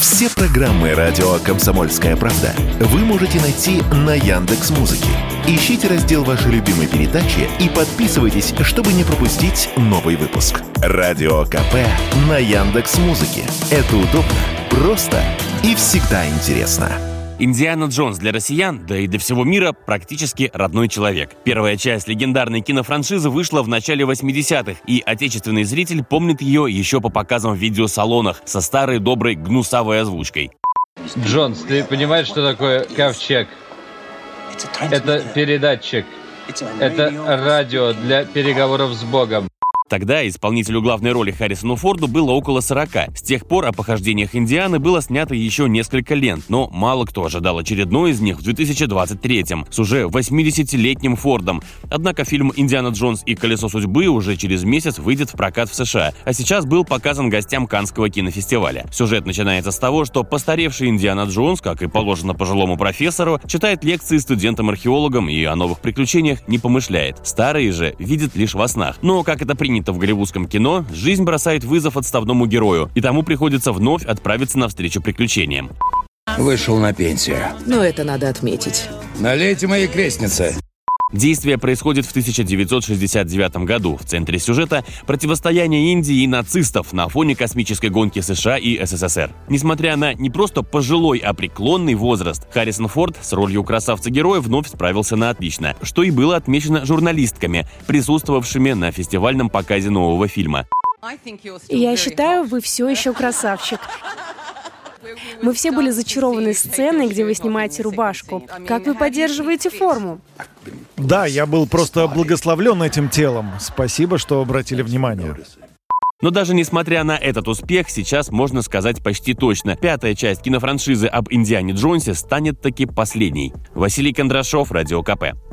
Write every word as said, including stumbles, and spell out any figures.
Все программы радио «Комсомольская правда» вы можете найти на Яндекс.Музыке. Ищите раздел вашей любимой передачи и подписывайтесь, чтобы не пропустить новый выпуск. Радио КП на Яндекс.Музыке. Это удобно, просто и всегда интересно. Индиана Джонс для россиян, да и для всего мира, практически родной человек. Первая часть легендарной кинофраншизы вышла в начале восьмидесятых, и отечественный зритель помнит ее еще по показам в видеосалонах со старой доброй гнусавой озвучкой. Джонс, ты понимаешь, что такое ковчег? Это передатчик. Это радио для переговоров с Богом. Тогда исполнителю главной роли Харрисону Форду было около сорока. С тех пор о похождениях Индианы было снято еще несколько лент, но мало кто ожидал очередной из них в две тысячи двадцать третьем с уже восьмидесятилетним Фордом. Однако фильм «Индиана Джонс и колесо судьбы» уже через месяц выйдет в прокат в США, а сейчас был показан гостям Каннского кинофестиваля. Сюжет начинается с того, что постаревший Индиана Джонс, как и положено пожилому профессору, читает лекции студентам-археологам и о новых приключениях не помышляет. Старые же видит лишь во снах. Но, как это принято в голливудском кино, жизнь бросает вызов отставному герою, и тому приходится вновь отправиться навстречу приключениям. Вышел на пенсию. Но это надо отметить. Налейте моей крестнице. Действие происходит в тысяча девятьсот шестьдесят девятом году. В центре сюжета противостояние Индии и нацистов на фоне космической гонки США и СССР. Несмотря на не просто пожилой, а преклонный возраст, Харрисон Форд с ролью красавца-героя вновь справился на отлично, что и было отмечено журналистками, присутствовавшими на фестивальном показе нового фильма. Я считаю, вы все еще красавчик. Мы все были зачарованы сценой, где вы снимаете рубашку. Как вы поддерживаете форму? Да, я был просто благословлен этим телом. Спасибо, что обратили внимание. Но даже несмотря на этот успех, сейчас можно сказать почти точно: пятая часть кинофраншизы об Индиане Джонсе станет таки последней. Василий Кондрашов, Радио КП.